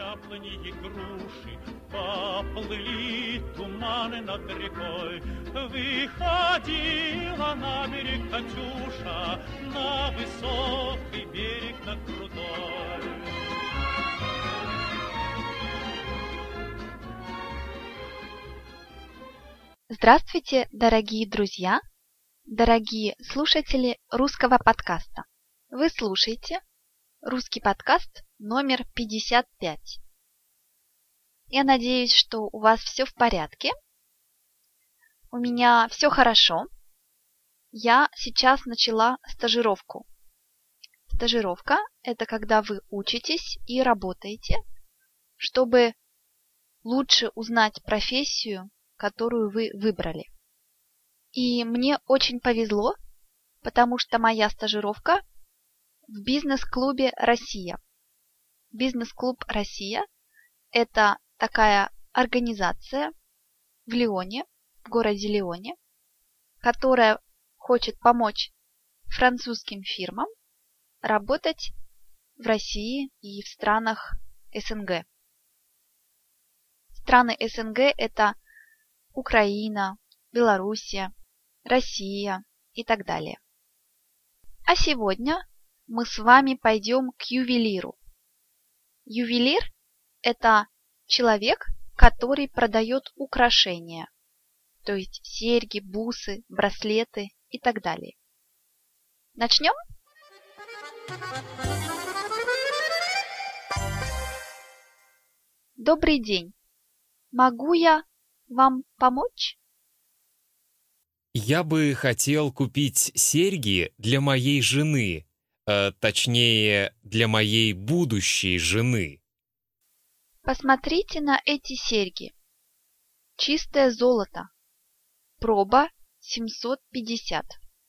яблони и груши, поплыли туманы над рекой. Выходила на берег Катюша, на высокий берег, на крутой. Здравствуйте, дорогие друзья, дорогие слушатели русского подкаста. Вы слушаете русский подкаст номер 55. Я надеюсь, что у вас все в порядке. У меня все хорошо. Я сейчас начала стажировку. Стажировка – это когда вы учитесь и работаете, чтобы лучше узнать профессию, которую вы выбрали. И мне очень повезло, потому что моя стажировка в бизнес-клубе «Россия». Бизнес-клуб «Россия» – это такая организация в Лионе, в городе Лионе, которая хочет помочь французским фирмам работать в России и в странах СНГ. Страны СНГ – это Украина, Белоруссия, Россия и так далее. А сегодня мы с вами пойдем к ювелиру. Ювелир – это человек, который продает украшения, то есть серьги, бусы, браслеты и так далее. Начнем? Добрый день. Могу я вам помочь? Я бы хотел купить серьги для моей жены, точнее, для моей будущей жены. Посмотрите на эти серьги. Чистое золото. Проба 750.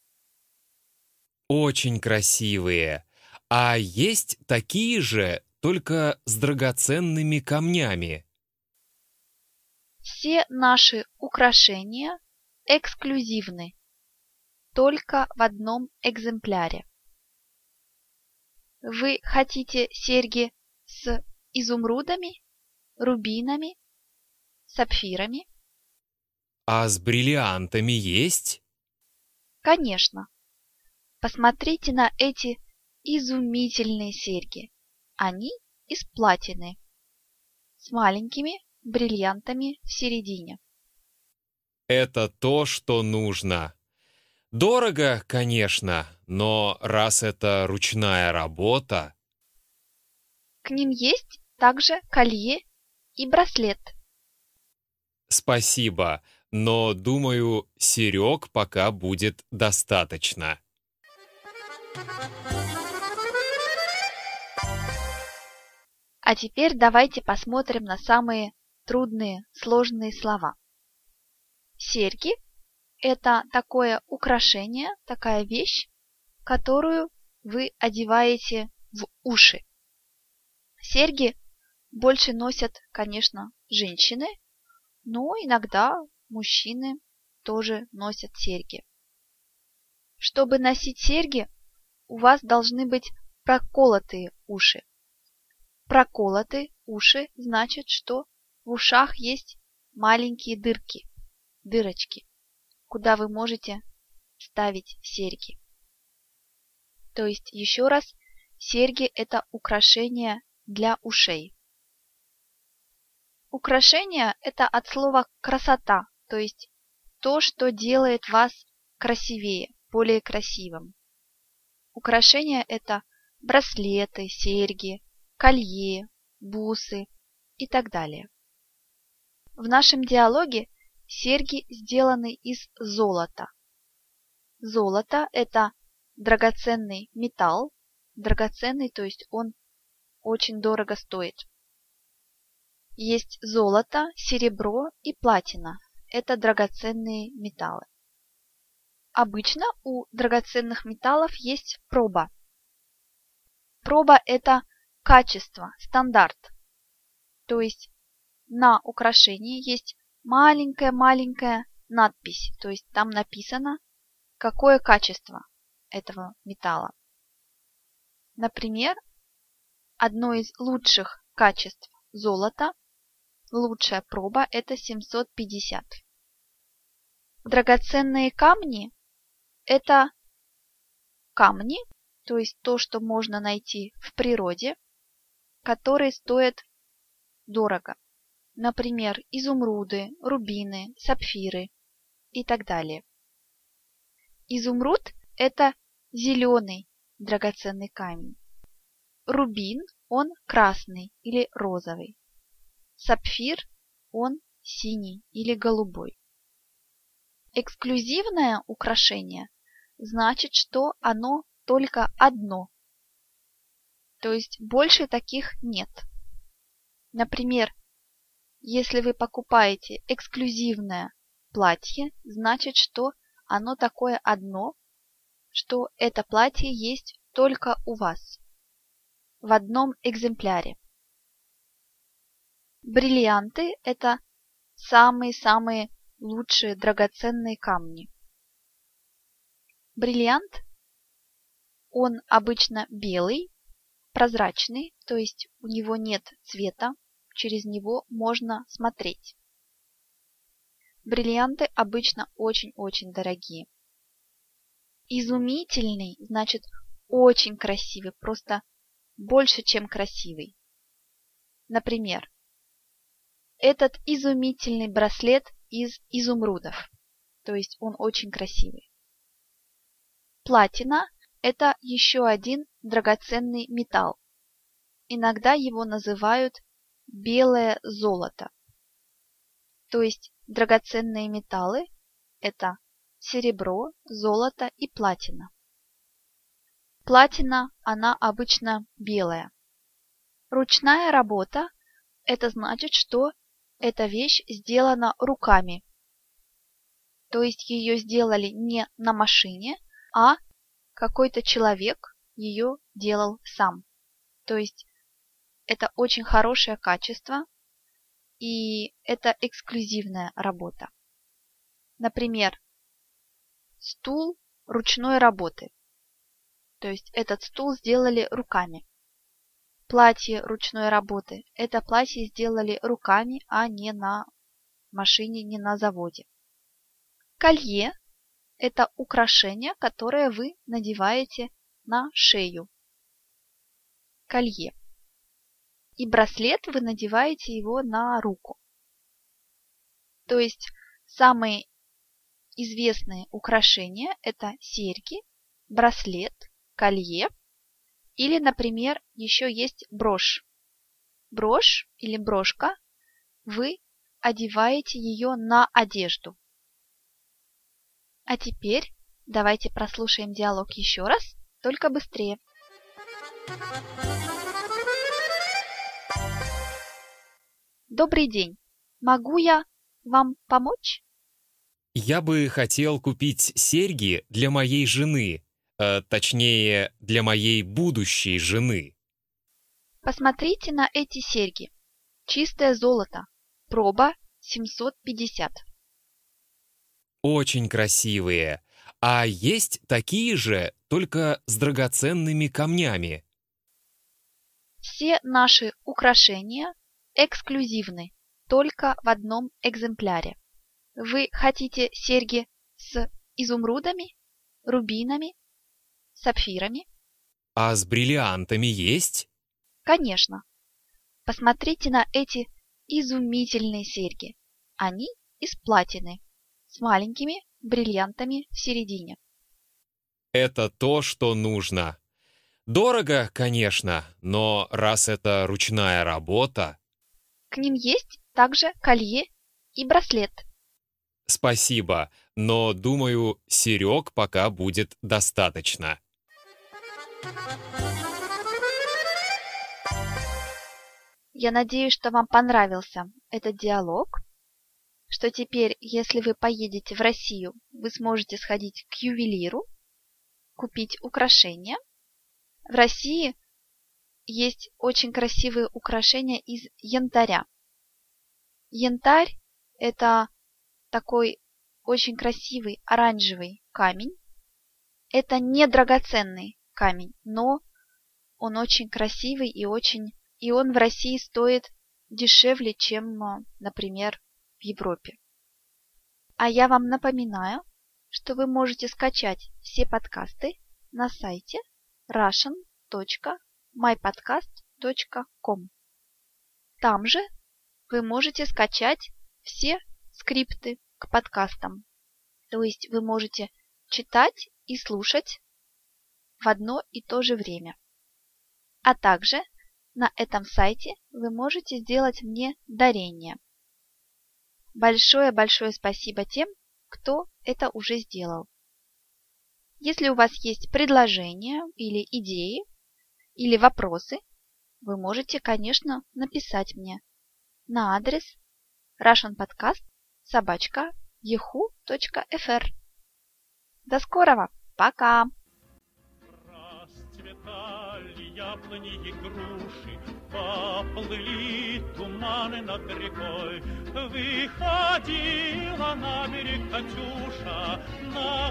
Очень красивые. А есть такие же, только с драгоценными камнями. Все наши украшения эксклюзивны, только в одном экземпляре. Вы хотите серьги с изумрудами, рубинами, сапфирами? А с бриллиантами есть? Конечно. Посмотрите на эти изумительные серьги. Они из платины, с маленькими бриллиантами в середине. Это то, что нужно. Дорого, конечно, но раз это ручная работа... К ним есть также колье и браслет. Спасибо, но, думаю, серег пока будет достаточно. А теперь давайте посмотрим на самые трудные, сложные слова. Серьги – это такое украшение, такая вещь, которую вы одеваете в уши. Серьги больше носят, конечно, женщины, но иногда мужчины тоже носят серьги. Чтобы носить серьги, у вас должны быть проколотые уши. Проколотые уши значит, что в ушах есть маленькие дырки, дырочки, куда вы можете ставить серьги. То есть, еще раз, серьги – это украшение для ушей. Украшение – это от слова «красота», то есть то, что делает вас красивее, более красивым. Украшения – это браслеты, серьги, колье, бусы и так далее. В нашем диалоге серьги сделаны из золота. Золото – это драгоценный металл, драгоценный, то есть он очень дорого стоит. Есть золото, серебро и платина. Это драгоценные металлы. Обычно у драгоценных металлов есть проба. Проба – это качество, стандарт. То есть на украшении есть маленькая-маленькая надпись, то есть там написано, какое качество этого металла. Например, одно из лучших качеств золото. Лучшая проба – это 750. Драгоценные камни – это камни, то есть то, что можно найти в природе, которые стоят дорого. Например, изумруды, рубины, сапфиры и так далее. Изумруд – это зеленый драгоценный камень. Рубин – он красный или розовый. Сапфир – он синий или голубой. Эксклюзивное украшение значит, что оно только одно. То есть больше таких нет. Например, если вы покупаете эксклюзивное платье, значит, что оно такое одно, что это платье есть только у вас, в одном экземпляре. Бриллианты – это самые-самые лучшие драгоценные камни. Бриллиант, он обычно белый, прозрачный, то есть у него нет цвета, через него можно смотреть. Бриллианты обычно очень-очень дорогие. Изумительный значит очень красивый, просто больше, чем красивый. Например, этот изумительный браслет из изумрудов, то есть он очень красивый. Платина – это еще один драгоценный металл. Иногда его называют белое золото. То есть драгоценные металлы – это серебро, золото и платина. Платина, она обычно белая. Ручная работа – это значит, что эта вещь сделана руками. То есть ее сделали не на машине, а какой-то человек ее делал сам. То есть это очень хорошее качество, и это эксклюзивная работа. Например, стул ручной работы. То есть этот стул сделали руками. Платье ручной работы. Это платье сделали руками, а не на машине, не на заводе. Колье – это украшение, которое вы надеваете на шею. Колье. И браслет вы надеваете его на руку. То есть самые известные украшения – это серьги, браслет, колье или, например, еще есть брошь. Брошь или брошка, вы одеваете ее на одежду. А теперь давайте прослушаем диалог еще раз, только быстрее. Добрый день. Могу я вам помочь? Я бы хотел купить серьги для моей жены, точнее, для моей будущей жены. Посмотрите на эти серьги. Чистое золото. Проба 750. Очень красивые. А есть такие же, только с драгоценными камнями. Все наши украшения эксклюзивны, только в одном экземпляре. Вы хотите серьги с изумрудами, рубинами, сапфирами? А с бриллиантами есть? Конечно. Посмотрите на эти изумительные серьги. Они из платины, с маленькими бриллиантами в середине. Это то, что нужно. Дорого, конечно, но раз это ручная работа... К ним есть также колье и браслет. Спасибо, но, думаю, серег пока будет достаточно. Я надеюсь, что вам понравился этот диалог, что теперь, если вы поедете в Россию, вы сможете сходить к ювелиру, купить украшения. В России есть очень красивые украшения из янтаря. Янтарь – это такой очень красивый оранжевый камень. Это не драгоценный камень, но он очень красивый и он в России стоит дешевле, чем, например, в Европе. А я вам напоминаю, что вы можете скачать все подкасты на сайте russian.mypodcast.com. Там же вы можете скачать все скрипты к подкастам. То есть вы можете читать и слушать в одно и то же время. А также на этом сайте вы можете сделать мне дарение. Большое-большое спасибо тем, кто это уже сделал. Если у вас есть предложения или идеи, или вопросы, вы можете, конечно, написать мне на адрес russianpodcast@yahoo.fr. До скорого! Пока! Расцветали яблони и груши, поплыли туманы над рекой. Выходила на берег Катюша, на